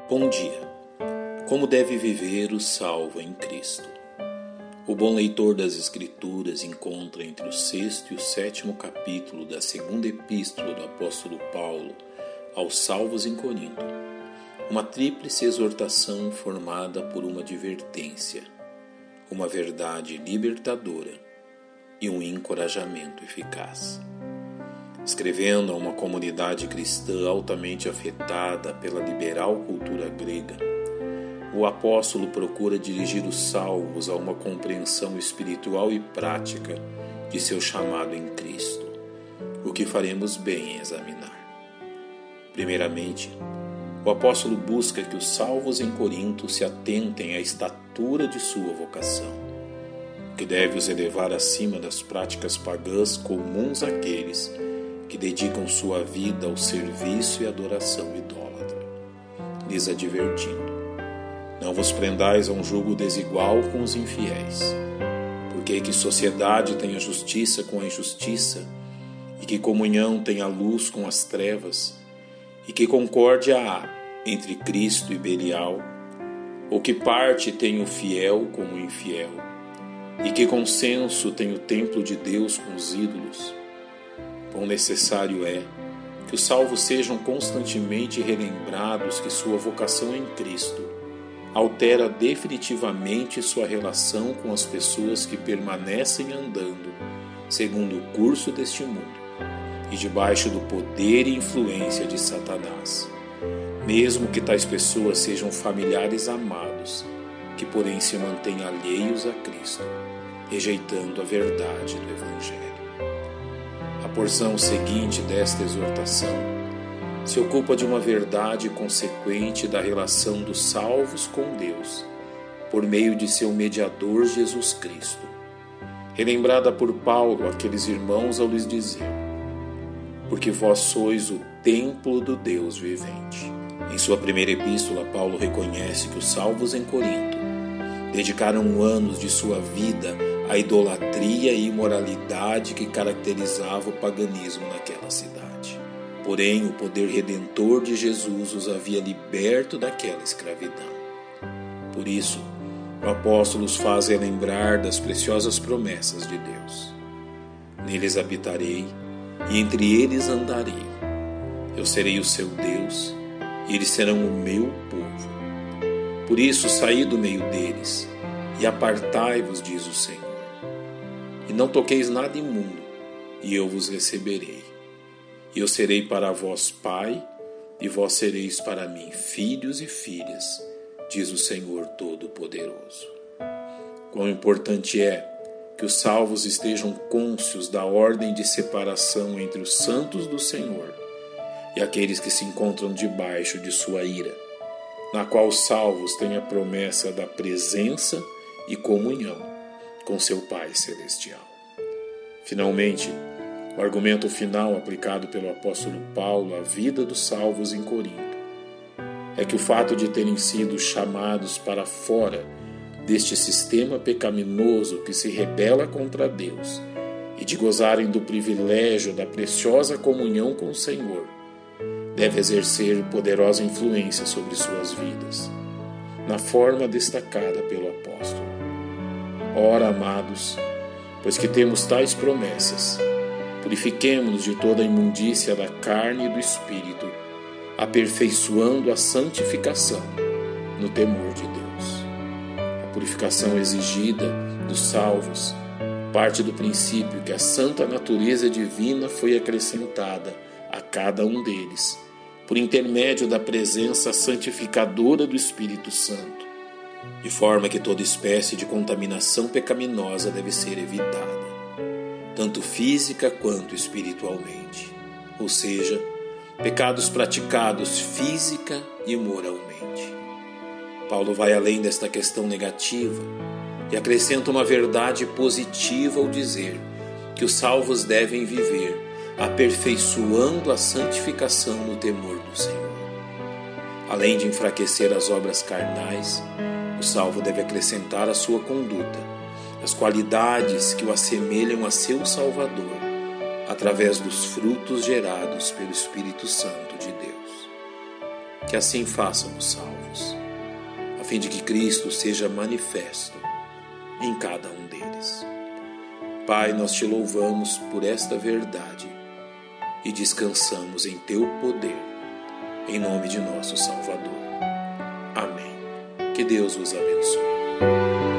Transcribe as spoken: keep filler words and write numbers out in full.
Bom dia. Como deve viver o salvo em Cristo? O bom leitor das Escrituras encontra entre o sexto e o sétimo capítulo da segunda epístola do apóstolo Paulo aos salvos em Corinto uma tríplice exortação formada por uma advertência, uma verdade libertadora e um encorajamento eficaz. Escrevendo a uma comunidade cristã altamente afetada pela liberal cultura grega, o apóstolo procura dirigir os salvos a uma compreensão espiritual e prática de seu chamado em Cristo, o que faremos bem em examinar. Primeiramente, o apóstolo busca que os salvos em Corinto se atentem à estatura de sua vocação, que deve os elevar acima das práticas pagãs comuns àqueles que dedicam sua vida ao serviço e adoração idólatra, lhes advertindo: não vos prendais a um jugo desigual com os infiéis, porque que sociedade tem a justiça com a injustiça, e que comunhão tem a luz com as trevas, e que concórdia há entre Cristo e Belial, ou que parte tem o fiel com o infiel, e que consenso tem o templo de Deus com os ídolos. Quão necessário é que os salvos sejam constantemente relembrados que sua vocação em Cristo altera definitivamente sua relação com as pessoas que permanecem andando segundo o curso deste mundo e debaixo do poder e influência de Satanás, mesmo que tais pessoas sejam familiares amados, que porém se mantêm alheios a Cristo, rejeitando a verdade do Evangelho. A porção seguinte desta exortação se ocupa de uma verdade consequente da relação dos salvos com Deus, por meio de seu mediador Jesus Cristo, relembrada por Paulo àqueles irmãos ao lhes dizer: porque vós sois o templo do Deus vivente. Em sua primeira epístola, Paulo reconhece que os salvos em Corinto dedicaram anos de sua vida à idolatria e imoralidade que caracterizava o paganismo naquela cidade. Porém, o poder redentor de Jesus os havia liberto daquela escravidão. Por isso, o apóstolo os faz relembrar das preciosas promessas de Deus. Neles habitarei e entre eles andarei. Eu serei o seu Deus e eles serão o meu povo. Por isso, saí do meio deles e apartai-vos, diz o Senhor. E não toqueis nada imundo, e eu vos receberei. E eu serei para vós pai, e vós sereis para mim filhos e filhas, diz o Senhor Todo-Poderoso. Quão importante é que os salvos estejam cônscios da ordem de separação entre os santos do Senhor e aqueles que se encontram debaixo de sua ira, na qual os salvos têm a promessa da presença e comunhão com seu Pai Celestial. Finalmente, o argumento final aplicado pelo apóstolo Paulo à vida dos salvos em Corinto é que o fato de terem sido chamados para fora deste sistema pecaminoso que se rebela contra Deus e de gozarem do privilégio da preciosa comunhão com o Senhor deve exercer poderosa influência sobre suas vidas, na forma destacada pelo apóstolo. Ora, amados, pois que temos tais promessas, purifiquemo-nos de toda a imundícia da carne e do espírito, aperfeiçoando a santificação no temor de Deus. A purificação exigida dos salvos parte do princípio que a santa natureza divina foi acrescentada a cada um deles, por intermédio da presença santificadora do Espírito Santo, de forma que toda espécie de contaminação pecaminosa deve ser evitada, tanto física quanto espiritualmente, ou seja, pecados praticados física e moralmente. Paulo vai além desta questão negativa e acrescenta uma verdade positiva ao dizer que os salvos devem viver aperfeiçoando a santificação no temor do Senhor. Além de enfraquecer as obras carnais, o salvo deve acrescentar à sua conduta as qualidades que o assemelham a seu Salvador, através dos frutos gerados pelo Espírito Santo de Deus. que assim façam os salvos, a fim de que Cristo seja manifesto em cada um deles. Pai, nós te louvamos por esta verdade e descansamos em teu poder, em nome de nosso Salvador. Amém. Que Deus vos abençoe.